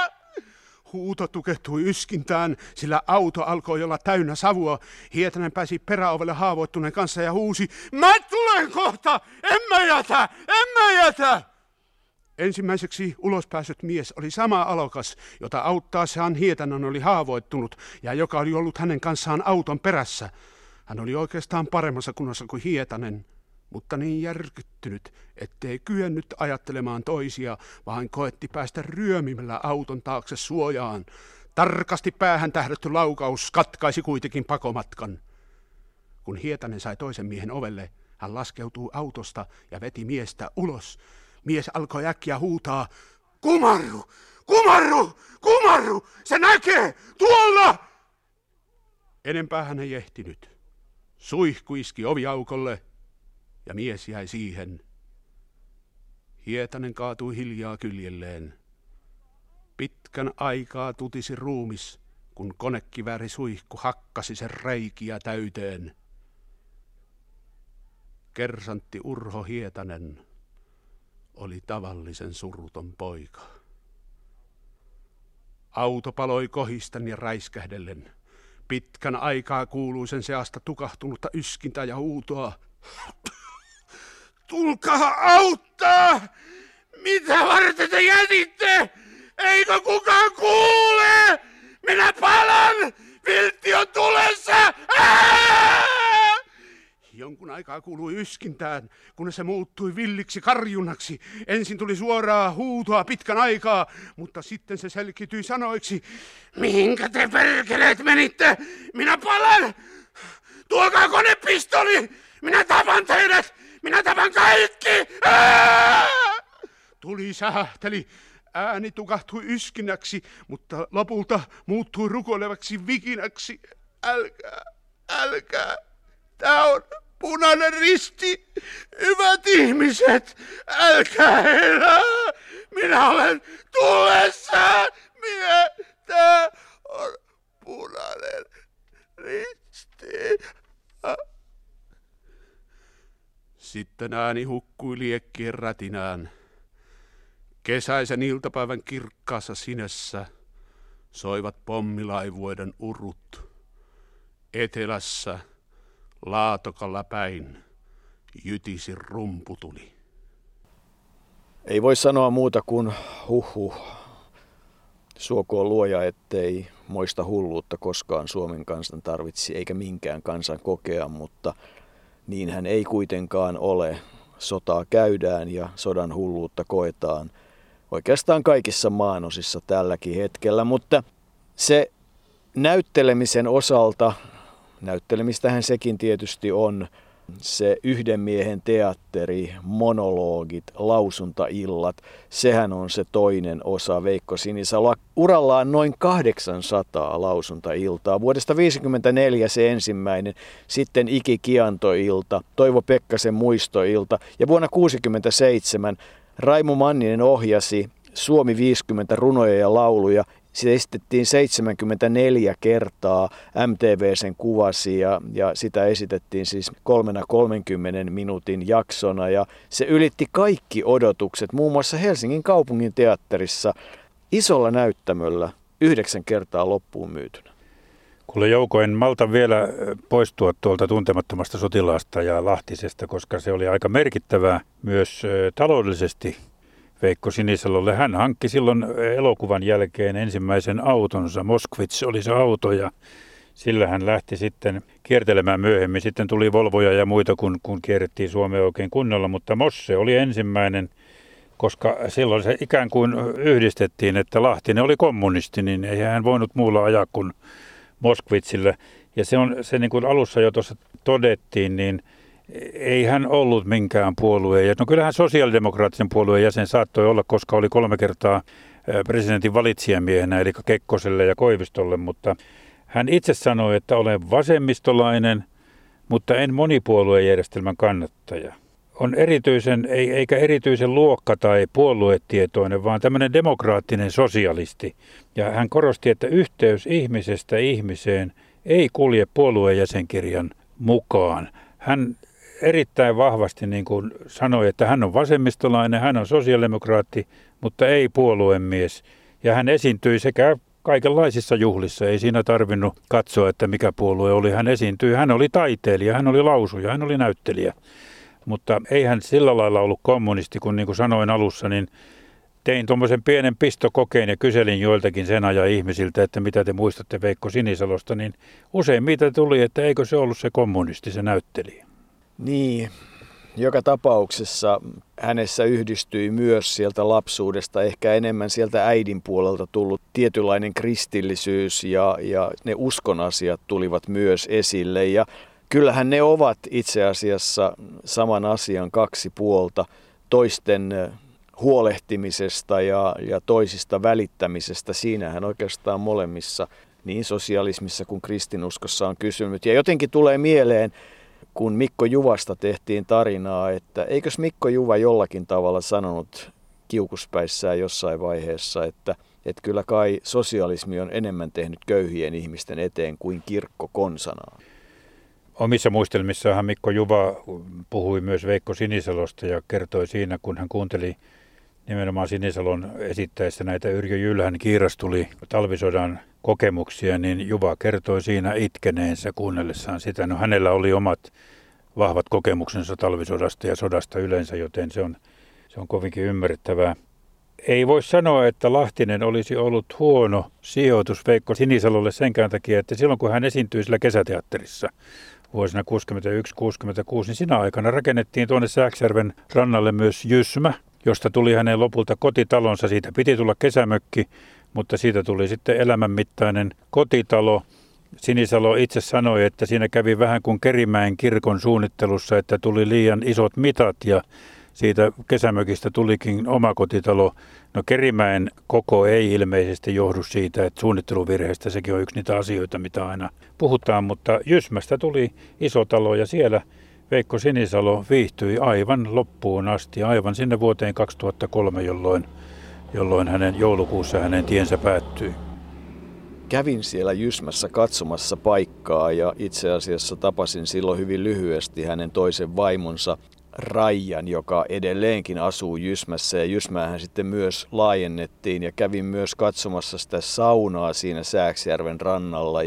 Huuto tukehtui yskintään, sillä auto alkoi olla täynnä savua. Hietanen pääsi peräovelle haavoittuneen kanssa ja huusi: "Mä tulen kohta! En mä jätä! Ensimmäiseksi ulospäässyt mies oli sama alokas, jota auttaessaan Hietanen oli haavoittunut ja joka oli ollut hänen kanssaan auton perässä. Hän oli oikeastaan paremmassa kunnossa kuin Hietanen, mutta niin järkyttynyt, ettei kyennyt ajattelemaan toisia, vaan koetti päästä ryömimällä auton taakse suojaan. Tarkasti päähän tähdätty laukaus katkaisi kuitenkin pakomatkan. Kun Hietanen sai toisen miehen ovelle, hän laskeutui autosta ja veti miestä ulos. Mies alkoi äkkiä huutaa, kumarru, kumarru, kumarru, se näkee, tuolla! Enempää hän ei ehtinyt. Suihku iski oviaukolle ja mies jäi siihen. Hietanen kaatui hiljaa kyljelleen. Pitkän aikaa tutisi ruumis, kun konekivääri suihku hakkasi sen reikiä täyteen. Kersantti Urho Hietanen oli tavallisen suruton poika. Auto paloi kohisten ja räiskähdellen. Pitkän aikaa kuului sen seasta tukahtunutta yskintä ja huutoa. Tulkaa auttaa! Mitä varten te jätitte? Eikö kukaan kuule? Minä palan! Viltti on tulessa! Jonkun aikaa kuului yskintään, kun se muuttui villiksi karjunnaksi. Ensin tuli suoraa huutoa pitkän aikaa, mutta sitten se selkityi sanoiksi. Mihinkä te perkeleet menitte? Minä palan! Tuokaa konepistoli! Minä tapan teidät! Minä tapan kaikki! Tuli sähähteli. Ääni tukahtui yskinnäksi, mutta lopulta muuttui rukoilevaksi vikinäksi. Älkää, älkää, tää on Punainen Risti. Hyvät ihmiset, älkää elää. Minä olen tulessa. Tää on Punainen Risti. Sitten ääni hukkui liekkien rätinään. Kesäisen iltapäivän kirkkaassa sinessä soivat pommilaivuiden urut. Etelässä Laatokalla päin jytisi rumputuli. Ei voi sanoa muuta kuin huhhuh. Suokoon luoja, ettei moista hulluutta koskaan Suomen kansan tarvitsi eikä minkään kansan kokea, mutta niinhän ei kuitenkaan ole. Sotaa käydään ja sodan hulluutta koetaan oikeastaan kaikissa maanosissa tälläkin hetkellä, mutta se näyttelemisen osalta, näyttelemistähän sekin tietysti on, se yhden miehen teatteri, monologit, lausuntaillat, sehän on se toinen osa. Veikko Sinisalo urallaan noin 800 lausuntailtaa. Vuodesta 1954 se ensimmäinen, sitten Iki Kianto-ilta, Toivo Pekkasen muistoilta ja vuonna 1967 Raimo Manninen ohjasi Suomi 50 runoja ja lauluja. Sitä esitettiin 74 kertaa, MTV sen kuvasi ja sitä esitettiin siis 30 minuutin jaksona ja se ylitti kaikki odotukset, muun muassa Helsingin kaupungin teatterissa isolla näyttämöllä 9 kertaa loppuun myytynä. Kuule Jouko, en malta vielä poistua tuolta Tuntemattomasta sotilaasta ja Lahtisesta, koska se oli aika merkittävää myös taloudellisesti Veikko Sinisalolle. Hän hankki silloin elokuvan jälkeen ensimmäisen autonsa. Moskvits oli se auto ja sillä hän lähti sitten kiertelemään myöhemmin. Sitten tuli Volvoja ja muita, kun kierrettiin Suomea oikein kunnolla, mutta Mosse oli ensimmäinen, koska silloin se ikään kuin yhdistettiin, että Lahtinen oli kommunisti, niin ei hän voinut muulla ajaa kuin Moskvitsillä. Ja se niin kuin alussa jo tuossa todettiin, niin ei hän ollut minkään puolueen. No kyllähän sosiaalidemokraattisen puolueen jäsen saattoi olla, koska oli 3 kertaa presidentin valitsijamiehenä, eli Kekkoselle ja Koivistolle, mutta hän itse sanoi, että olen vasemmistolainen, mutta en monipuoluejärjestelmän kannattaja. On eikä erityisen luokka- tai puoluetietoinen, vaan tämmöinen demokraattinen sosialisti. Ja hän korosti, että yhteys ihmisestä ihmiseen ei kulje puoluejäsenkirjan mukaan. Hän erittäin vahvasti niin kuin sanoi, että hän on vasemmistolainen, hän on sosiaalidemokraatti, mutta ei puoluemies. Ja hän esiintyi sekä kaikenlaisissa juhlissa, ei siinä tarvinnut katsoa, että mikä puolue oli. Hän esiintyi, hän oli taiteilija, hän oli lausuja, hän oli näyttelijä. Mutta ei hän sillä lailla ollut kommunisti, kun niin kuin sanoin alussa, niin tein tuommoisen pienen pistokokeen ja kyselin joiltakin sen ajan ihmisiltä, että mitä te muistatte Veikko Sinisalosta, niin useimmiten tuli, että eikö se ollut se kommunisti, se näyttelijä. Niin, Joka tapauksessa hänessä yhdistyi myös sieltä lapsuudesta ehkä enemmän sieltä äidin puolelta tullut tietynlainen kristillisyys ja ne uskonasiat tulivat myös esille. Ja kyllähän ne ovat itse asiassa saman asian kaksi puolta, toisten huolehtimisesta ja toisista välittämisestä. Siinähän oikeastaan molemmissa niin sosialismissa kuin kristinuskossa on kysymys. Ja jotenkin tulee mieleen, kun Mikko Juvasta tehtiin tarinaa, että eikös Mikko Juva jollakin tavalla sanonut kiukuspäissään jossain vaiheessa, että kyllä kai sosialismi on enemmän tehnyt köyhien ihmisten eteen kuin kirkko konsanaan. Omissa muistelmissaanhan Mikko Juva puhui myös Veikko Sinisalosta ja kertoi siinä, kun hän kuunteli nimenomaan Sinisalon esittäessä näitä Yrjö Jylhän Kiirastuli talvisodan kokemuksia, niin Juva kertoi siinä itkeneensä kuunnellessaan sitä. No hänellä oli omat vahvat kokemuksensa talvisodasta ja sodasta yleensä, joten se on kovinkin ymmärrettävää. Ei voi sanoa, että Lahtinen olisi ollut huono sijoitus Veikko Sinisalolle senkään takia, että silloin kun hän esiintyi sillä kesäteatterissa vuosina 61-66, niin siinä aikana rakennettiin tuonne Sääksjärven rannalle myös Jysmä, josta tuli hänen lopulta kotitalonsa. Siitä piti tulla kesämökki, mutta siitä tuli sitten elämänmittainen kotitalo. Sinisalo itse sanoi, että siinä kävi vähän kuin Kerimäen kirkon suunnittelussa, että tuli liian isot mitat ja siitä kesämökistä tulikin omakotitalo. No Kerimäen koko ei ilmeisesti johdu siitä, että suunnitteluvirheestä, sekin on yksi niitä asioita, mitä aina puhutaan, mutta Jysmästä tuli iso talo ja siellä Veikko Sinisalo viihtyi aivan loppuun asti, aivan sinne vuoteen 2003, jolloin joulukuussa hänen tiensä päättyi. Kävin siellä Jysmässä katsomassa paikkaa ja itse asiassa tapasin silloin hyvin lyhyesti hänen toisen vaimonsa Raijan, joka edelleenkin asuu Jysmässä, ja Jysmäähän sitten myös laajennettiin ja kävin myös katsomassa sitä saunaa siinä Sääksjärven rannalla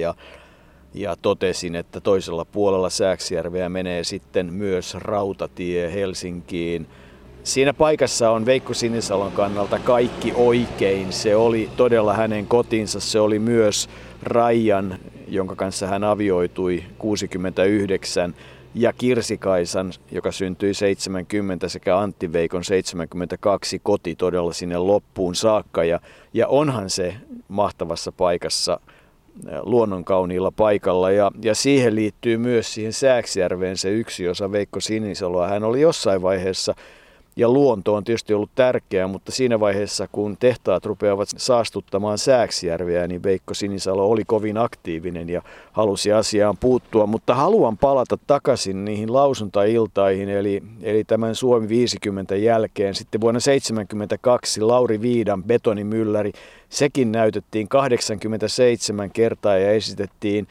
ja totesin, että toisella puolella Sääksjärveä menee sitten myös rautatie Helsinkiin. Siinä paikassa on Veikko Sinisalon kannalta kaikki oikein. Se oli todella hänen kotinsa. Se oli myös Raijan, jonka kanssa hän avioitui 69, ja Kirsi-Kaisan, joka syntyi 70, sekä Antti Veikon 72 koti todella sinne loppuun saakka. Ja onhan se mahtavassa paikassa, luonnonkauniilla paikalla, ja siihen liittyy myös siihen Sääksjärveen se yksi osa Veikko Sinisaloa. Hän oli jossain vaiheessa, ja luonto on tietysti ollut tärkeää, mutta siinä vaiheessa, kun tehtaat rupeavat saastuttamaan Sääksjärveä, niin Veikko Sinisalo oli kovin aktiivinen ja halusi asiaan puuttua. Mutta haluan palata takaisin niihin lausuntailtaihin, eli tämän Suomi 50 jälkeen. Sitten vuonna 1972 Lauri Viidan Betonimylläri, sekin näytettiin 87 kertaa ja esitettiin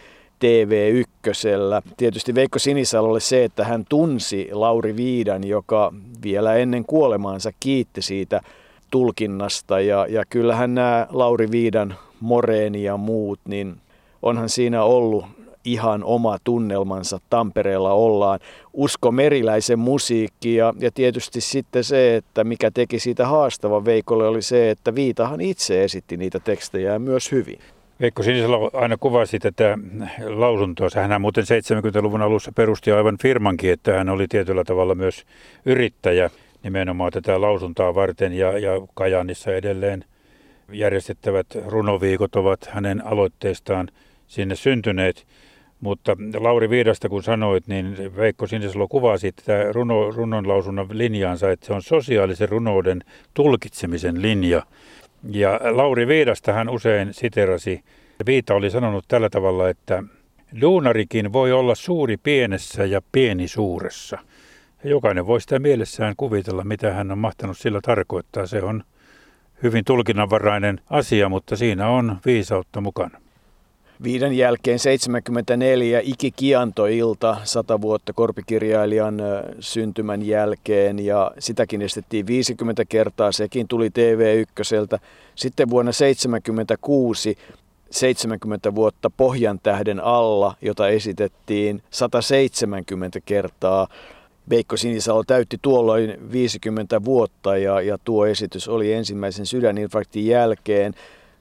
TV1. Tietysti Veikko Sinisalolle se, että hän tunsi Lauri Viidan, joka vielä ennen kuolemaansa kiitti siitä tulkinnasta. Ja kyllähän nämä Lauri Viidan, Moreeni ja muut, niin onhan siinä ollut ihan oma tunnelmansa. Tampereella ollaan. Usko Meriläisen musiikki ja tietysti sitten se, että mikä teki siitä haastavan Veikolle, oli se, että Viitahan itse esitti niitä tekstejä myös hyvin. Veikko Sinisalo aina kuvasi tätä lausuntoa. Hän muuten 70-luvun alussa perusti aivan firmankin, että hän oli tietyllä tavalla myös yrittäjä nimenomaan tätä lausuntaa varten. Ja Kajaanissa edelleen järjestettävät runoviikot ovat hänen aloitteestaan sinne syntyneet. Mutta Lauri Viidasta kun sanoit, niin Veikko Sinisalo kuvasi tätä runonlausunnan linjaansa, että se on sosiaalisen runouden tulkitsemisen linja. Ja Lauri Viidasta hän usein siterasi. Viita oli sanonut tällä tavalla, että duunarikin voi olla suuri pienessä ja pieni suuressa. Ja jokainen voi sitä mielessään kuvitella, mitä hän on mahtanut sillä tarkoittaa. Se on hyvin tulkinnanvarainen asia, mutta siinä on viisautta mukana. Viidan jälkeen 74 Ikikiantoilta 100 vuotta korpikirjailijan syntymän jälkeen, ja sitäkin estettiin 50 kertaa, sekin tuli TV1. Sitten vuonna 76 70 vuotta Pohjantähden alla, jota esitettiin 170 kertaa. Veikko Sinisalo täytti tuolloin 50 vuotta ja tuo esitys oli ensimmäisen sydäninfarktin jälkeen.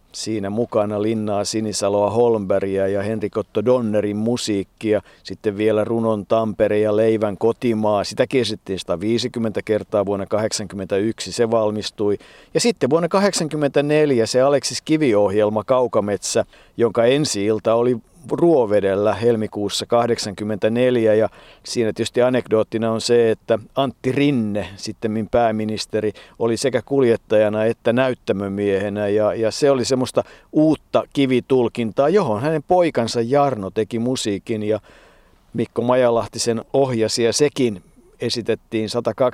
Siinä mukana Linnaa, Sinisaloa, Holmbergia ja Henrik Otto Donnerin musiikkia. Sitten vielä runon Tampere ja Leivän kotimaa. Sitäkin esittiin 150 kertaa vuonna 1981. Se valmistui. Ja sitten vuonna 1984 se Aleksis Kivi-ohjelma Kaukametsä, jonka ensi-ilta oli Ruovedellä helmikuussa 1984, ja siinä tietysti anekdoottina on se, että Antti Rinne, sittemmin pääministeri, oli sekä kuljettajana että näyttämömiehenä, ja se oli semmoista uutta kivitulkintaa, johon hänen poikansa Jarno teki musiikin, ja Mikko Majalahti sen ohjasi, ja sekin esitettiin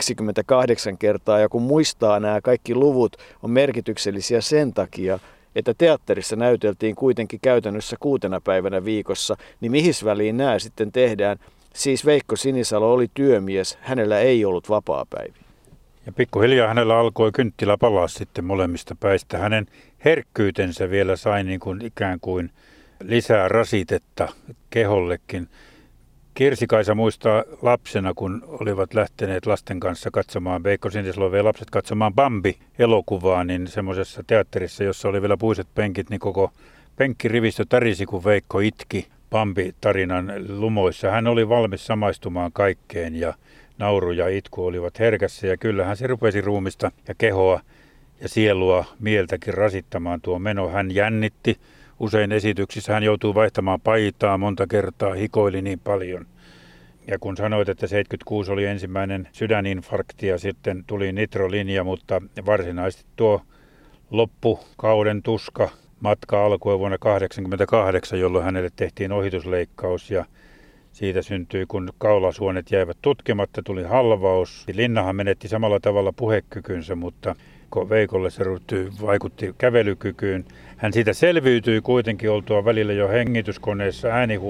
128 kertaa, ja kun muistaa nämä kaikki luvut, on merkityksellisiä sen takia, että teatterissa näyteltiin kuitenkin käytännössä 6 päivänä viikossa, niin mihin väliin nämä sitten tehdään? Siis Veikko Sinisalo oli työmies, hänellä ei ollut vapaapäiviä. Ja pikkuhiljaa hänellä alkoi kynttilä palaa sitten molemmista päistä. Hänen herkkyytensä vielä sai niin kuin ikään kuin lisää rasitetta kehollekin. Kirsi-Kaisa muistaa lapsena, kun olivat lähteneet lasten kanssa katsomaan, Veikko Sinisalo vei lapset katsomaan Bambi-elokuvaa, niin semmoisessa teatterissa, jossa oli vielä puiset penkit, niin koko penkkirivistö tärisi, kun Veikko itki Bambi-tarinan lumoissa. Hän oli valmis samaistumaan kaikkeen ja nauru ja itku olivat herkässä, ja kyllähän se rupesi ruumista ja kehoa ja sielua mieltäkin rasittamaan tuo meno. Hän jännitti. Usein esityksissä hän joutuu vaihtamaan paitaa monta kertaa, hikoili niin paljon. Ja kun sanoit, että 76 oli ensimmäinen sydäninfarkti ja sitten tuli nitrolinja, mutta varsinaisesti tuo loppukauden tuska matka alkoi vuonna 1988, jolloin hänelle tehtiin ohitusleikkaus ja siitä syntyi, kun kaulasuonet jäivät tutkimatta, tuli halvaus. Linnahan menetti samalla tavalla puhekykynsä, mutta Veikolle se vaikutti kävelykykyyn. Hän siitä selviytyi kuitenkin oltua välillä jo hengityskoneessa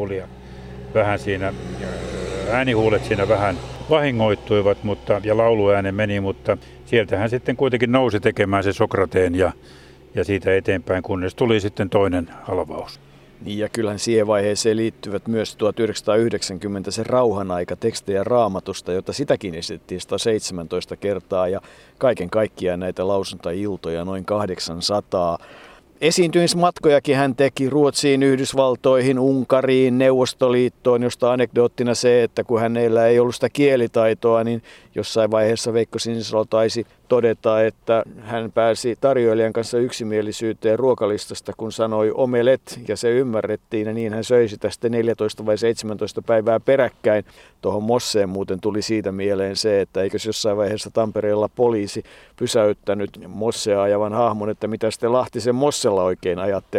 äänihuulet siinä vähän vahingoittuivat, ja lauluääne meni, mutta sieltä hän sitten kuitenkin nousi tekemään se Sokrateen ja siitä eteenpäin, kunnes tuli sitten toinen halvaus. Niin, ja kyllähän siihen vaiheeseen liittyvät myös 1990 se rauhanaika tekstejä Raamatusta, jota sitäkin esitettiin 117 kertaa, ja kaiken kaikkiaan näitä lausuntailtoja noin 800. Esiintymismatkojakin hän teki Ruotsiin, Yhdysvaltoihin, Unkariin, Neuvostoliittoon, josta anekdoottina se, että kun hänellä ei ollut sitä kielitaitoa, niin jossain vaiheessa Veikko Sinisalo taisi todeta, että hän pääsi tarjoilijan kanssa yksimielisyyteen ruokalistasta, kun sanoi omelet, ja se ymmärrettiin, ja niin hän söi sitä sitten 14 vai 17 päivää peräkkäin. Tuohon Mosseen muuten tuli siitä mieleen se, että eikös jossain vaiheessa Tampereella poliisi pysäyttänyt Mossea ajavan hahmon, että mitä sitten Lahtisen Mossella oikein ajatte,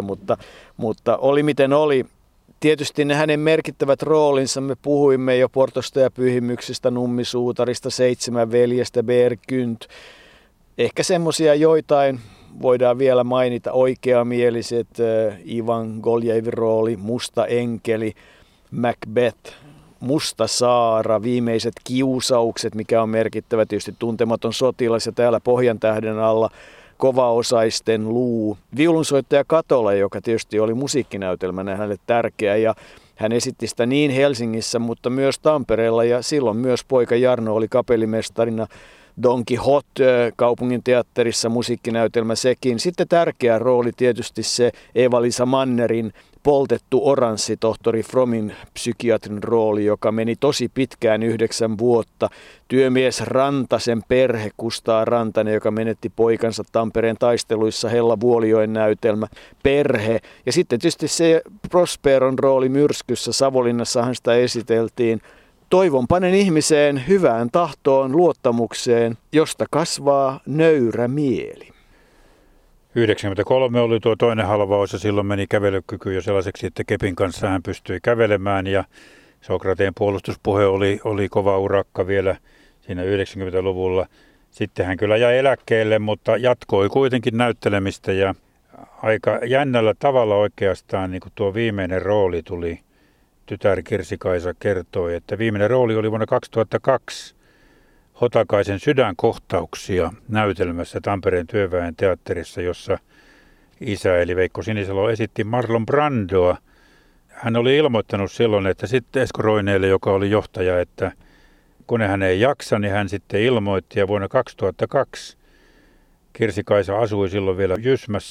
mutta oli miten oli. Tietysti ne hänen merkittävät roolinsa, me puhuimme jo Portosta ja Pyhimyksistä, Nummisuutarista, 7 veljestä, Bergynt. Ehkä semmoisia joitain voidaan vielä mainita, oikeamieliset, Ivan Goljevin rooli, Musta enkeli, Macbeth, Musta Saara, Viimeiset kiusaukset, mikä on merkittävä, tietysti Tuntematon sotilas ja täällä Pohjantähden alla Kovaosaisten luu. Viulunsoittaja Katola, joka tietysti oli musiikkinäytelmänä hänelle tärkeä, ja hän esitti sitä niin Helsingissä, mutta myös Tampereella, ja silloin myös poika Jarno oli kapellimestarina. Don Quixote kaupunginteatterissa musiikkinäytelmä sekin. Sitten tärkeä rooli tietysti se Eeva-Liisa Mannerin poltettu oranssi tohtori Fromin psykiatrin rooli, joka meni tosi pitkään 9 vuotta. Työmies Rantasen perhe, Kustaa Rantanen, joka menetti poikansa Tampereen taisteluissa, Hella Vuolijoen näytelmä, perhe. Ja sitten tietysti se Prosperon rooli Myrskyssä, Savonlinnassahan sitä esiteltiin. Toivon panen ihmiseen hyvään tahtoon, luottamukseen, josta kasvaa nöyrä mieli. 93 oli tuo toinen halvaus ja silloin meni kävelykyky jo sellaiseksi, että kepin kanssa hän pystyi kävelemään ja Sokrateen puolustuspuhe oli kova urakka vielä siinä 90-luvulla. Sitten hän kyllä jäi eläkkeelle, mutta jatkoi kuitenkin näyttelemistä ja aika jännällä tavalla oikeastaan niin kuin tuo viimeinen rooli tuli. Tytär Kirsi-Kaisa kertoi, että viimeinen rooli oli vuonna 2002 Hotakaisen sydänkohtauksia näytelmässä Tampereen Työväen teatterissa, jossa isä eli Veikko Sinisalo esitti Marlon Brandoa. Hän oli ilmoittanut silloin, että sitten Esko Roineelle, joka oli johtaja, että kun hän ei jaksa, niin hän sitten ilmoitti. Ja vuonna 2002 Kirsi-Kaisa asui silloin vielä Jysmässä.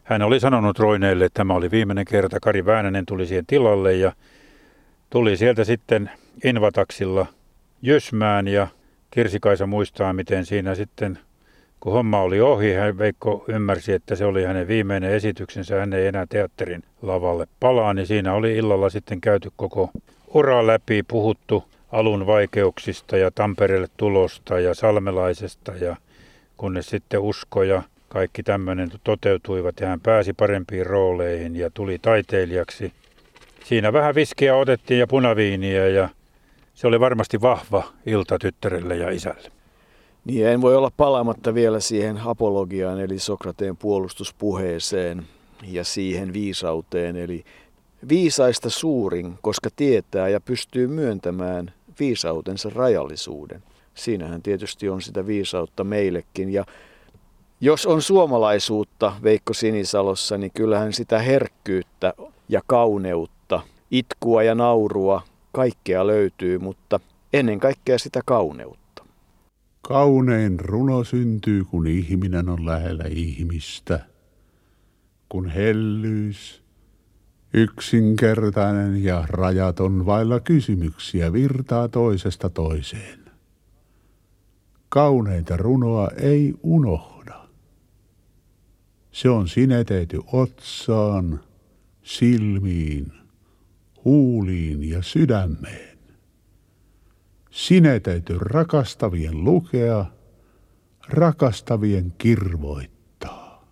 hän oli sanonut Roineelle, että tämä oli viimeinen kerta. Kari Väänänen tuli siihen tilalle ja tuli sieltä sitten invataksilla Jösmään ja Kirsi-Kaisa muistaa, miten siinä sitten, kun homma oli ohi, Veikko ymmärsi, että se oli hänen viimeinen esityksensä, hän ei enää teatterin lavalle palaa, niin siinä oli illalla sitten käyty koko ura läpi, puhuttu alun vaikeuksista ja Tampereelle tulosta ja salmelaisesta ja kunnes sitten usko ja kaikki tämmöinen toteutuivat ja hän pääsi parempiin rooleihin ja tuli taiteilijaksi. Siinä vähän viskiä otettiin ja punaviiniä ja se oli varmasti vahva ilta tyttärelle ja isälle. Niin, en voi olla palaamatta vielä siihen apologiaan eli Sokrateen puolustuspuheeseen ja siihen viisauteen. Eli viisaista suurin, koska tietää ja pystyy myöntämään viisautensa rajallisuuden. Siinähän tietysti on sitä viisautta meillekin. Ja jos on suomalaisuutta Veikko Sinisalossa, niin kyllähän sitä herkkyyttä ja kauneutta, itkua ja naurua, kaikkea löytyy, mutta ennen kaikkea sitä kauneutta. Kaunein runo syntyy, kun ihminen on lähellä ihmistä, kun hellyys, yksinkertainen ja rajaton vailla kysymyksiä virtaa toisesta toiseen. Kauneinta runoa ei unohda. Se on sinetetty otsaan, silmiin, huuliin ja sydämeen. Sinetetty rakastavien lukea, rakastavien kirvoittaa.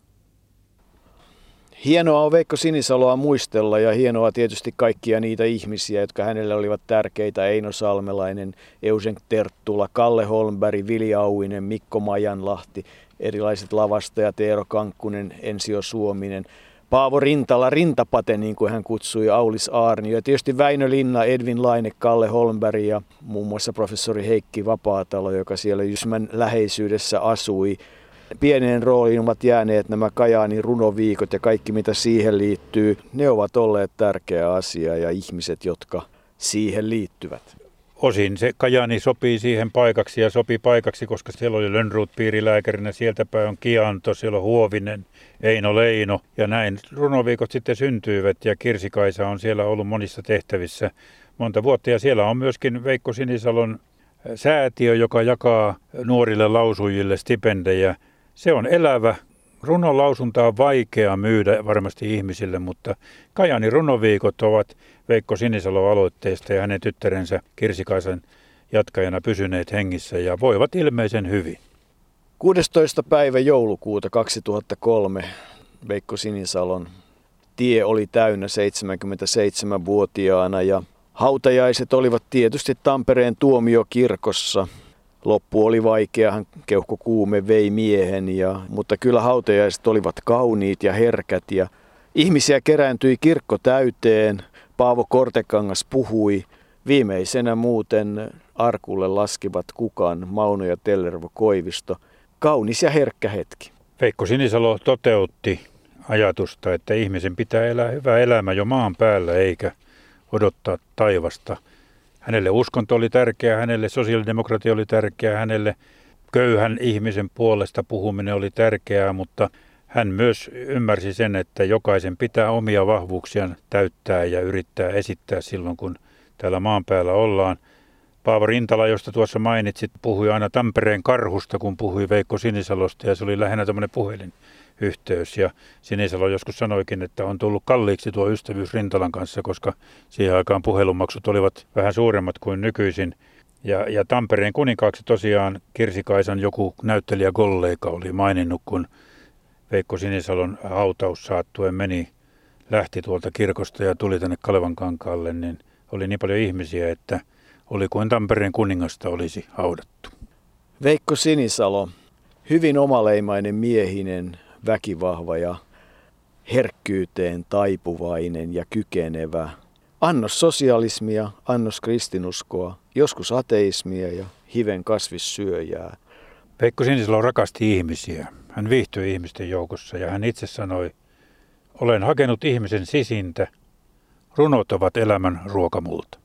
Hienoa on Veikko Sinisaloa muistella ja hienoa tietysti kaikkia niitä ihmisiä, jotka hänelle olivat tärkeitä. Eino Salmelainen, Eugen Terttula, Kalle Holmberg, Vili Auvinen, Mikko Majanlahti, erilaiset lavastajat, Eero Kankkunen, Ensio Suominen, Paavo Rintala, Rintapate niin kuin hän kutsui, Aulis Aarnio ja tietysti Väinö Linna, Edvin Laine, Kalle Holmberg ja muun muassa professori Heikki Vapaatalo, joka siellä Jysmän läheisyydessä asui. Pieneen rooliin ovat jääneet nämä Kajaanin runoviikot ja kaikki mitä siihen liittyy. Ne ovat olleet tärkeä asia ja ihmiset, jotka siihen liittyvät. Osin se Kajaani sopii siihen paikaksi ja sopii paikaksi, koska siellä oli Lönnroth piirilääkärinä, sieltä päin on Kianto, siellä on Huovinen, Eino Leino ja näin runoviikot sitten syntyivät ja Kirsi-Kaisa on siellä ollut monissa tehtävissä monta vuotta ja siellä on myöskin Veikko Sinisalon säätiö, joka jakaa nuorille lausujille stipendejä. Se on elävä. Runolausunta on vaikea myydä varmasti ihmisille, mutta Kajaanin runoviikot ovat Veikko Sinisalon aloitteesta ja hänen tyttärensä Kirsi-Kaisan jatkajana pysyneet hengissä ja voivat ilmeisen hyvin. 16. päivä joulukuuta 2003 Veikko Sinisalon tie oli täynnä 77-vuotiaana ja hautajaiset olivat tietysti Tampereen tuomiokirkossa. Loppu oli vaikea, keuhkokuume vei miehen, mutta kyllä hautajaiset olivat kauniit ja herkät ja ihmisiä kerääntyi kirkko täyteen. Paavo Kortekangas puhui. Viimeisenä muuten arkulle laskivat Kukan, Mauno ja Tellervo Koivisto. Kaunis ja herkkä hetki. Veikko Sinisalo toteutti ajatusta, että ihmisen pitää elää hyvä elämä jo maan päällä eikä odottaa taivasta. Hänelle uskonto oli tärkeä, hänelle sosiaalidemokratia oli tärkeä, hänelle köyhän ihmisen puolesta puhuminen oli tärkeää, mutta hän myös ymmärsi sen, että jokaisen pitää omia vahvuuksiaan täyttää ja yrittää esittää silloin, kun täällä maan päällä ollaan. Paavo Rintala, josta tuossa mainitsit, puhui aina Tampereen karhusta, kun puhui Veikko Sinisalosta ja se oli lähinnä tämmöinen puhelinyhteys. Ja Sinisalo joskus sanoikin, että on tullut kalliiksi tuo ystävyys Rintalan kanssa, koska siihen aikaan puhelumaksut olivat vähän suuremmat kuin nykyisin. Ja Tampereen kuninkaaksi tosiaan Kirsi-Kaisan joku näyttelijäkollega oli maininnut, kun Veikko Sinisalon hautaus saattuen lähti tuolta kirkosta ja tuli tänne Kalevankankaalle, niin oli niin paljon ihmisiä, että oli kuin Tampereen kuningasta olisi haudattu. Veikko Sinisalo, hyvin omaleimainen miehinen, väkivahva ja herkkyyteen taipuvainen ja kykenevä. Annos sosialismia, annos kristinuskoa, joskus ateismia ja hiven kasvissyöjää. Veikko Sinisalo rakasti ihmisiä. Hän viihtyi ihmisten joukossa ja hän itse sanoi, olen hakenut ihmisen sisintä, runot ovat elämän ruokamulta.